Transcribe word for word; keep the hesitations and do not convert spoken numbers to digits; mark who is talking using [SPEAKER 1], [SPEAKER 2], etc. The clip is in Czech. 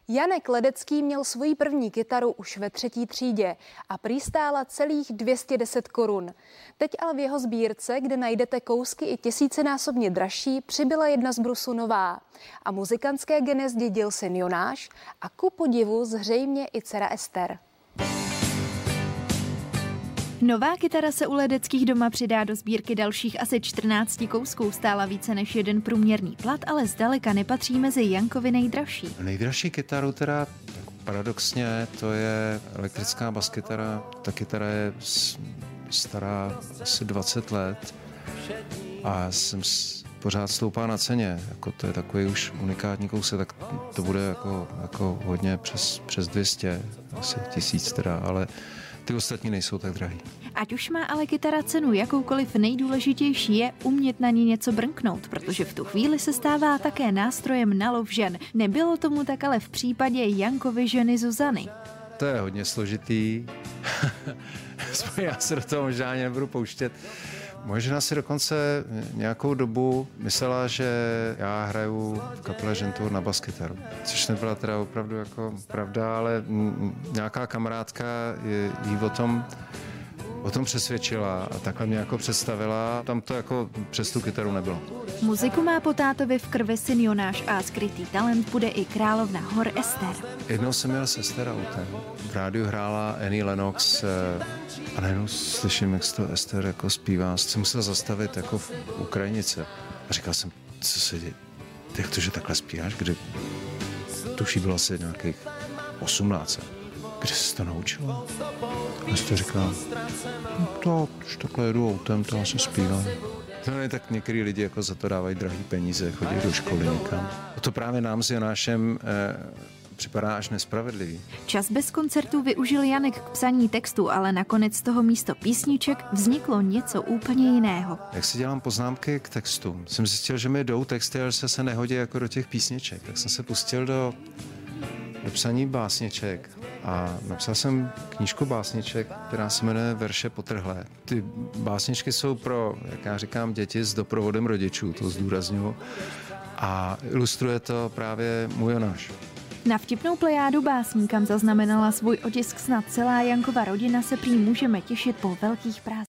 [SPEAKER 1] Janek Ledecký měl svoji první kytaru už ve třetí třídě a prý stála celých dvě stě deset korun. Teď ale v jeho sbírce, kde najdete kousky i tisícinásobně dražší, přibyla jedna z brusu nová. A muzikantské geny zdědil syn Jonáš a ku podivu zřejmě i dcera Ester.
[SPEAKER 2] Nová kytara se u Ledeckých doma přidá do sbírky dalších asi čtrnácti kousků. Stála více než jeden průměrný plat, ale zdaleka nepatří mezi Jankovi nejdražší.
[SPEAKER 3] Nejdražší kytaru teda paradoxně to je elektrická baskytara. Ta kytara je stará asi dvacet let a jsem pořád stoupá na ceně. Jako to je takový už unikátní kousek, tak to bude jako, jako hodně přes, přes dvě stě, asi tisíc teda, ale ty ostatní nejsou tak drahý.
[SPEAKER 2] Ať už má ale kytara cenu jakoukoliv, nejdůležitější je umět na ní něco brnknout, protože v tu chvíli se stává také nástrojem na lov žen. Nebylo tomu tak ale v případě Jankovy ženy Zuzany.
[SPEAKER 3] To je hodně složitý. Já se do toho možná ani nebudu pouštět. Moje žena si dokonce nějakou dobu myslela, že já hraju v kapele Žentour na baskytaru. Což nebyla teda opravdu jako pravda, ale nějaká kamarádka jí o tom, o tom přesvědčila a takhle mě jako představila. Tam to jako přes tu kytaru nebylo.
[SPEAKER 2] Muziku má po tátovi v krvi syn Jonáš a skrytý talent bude i královna hor Ester.
[SPEAKER 3] Jednou jsem měl se Ester autem. V rádiu hrála Annie Lennox a najednou slyším, jak to Ester jako zpívá. Jsem musel zastavit jako v Ukrajinice. A říkal jsem, co se děje? Jak to, že takhle zpíváš? Kdy? Tuší bylo asi nějakých osmnáct. Kde jsi to naučila? A jsi to říkal, no to, když takhle jedu autem, to asi zpívám. No ne, tak některý lidi jako za to dávají drahý peníze, chodí do školy někam. A to právě nám s Jonášem eh, připadá až nespravedlivý.
[SPEAKER 2] Čas bez koncertů využil Janek k psaní textu, ale nakonec z toho místo písniček vzniklo něco úplně jiného.
[SPEAKER 3] Jak si dělám poznámky k textu, jsem zjistil, že mi jdou texty, ale se se nehodí jako do těch písniček. Tak jsem se pustil do, do psaní básniček a napsal jsem knížku básniček, která se jmenuje Verše potrhlé. Ty básničky jsou pro, jak já říkám, děti s doprovodem rodičů, to zdůrazňuji. A ilustruje to právě můj Jonáš.
[SPEAKER 2] Na vtipnou plejádu básní, kam zaznamenala svůj otisk snad celá Jankova rodina, se prý můžeme těšit po velkých prázdninách.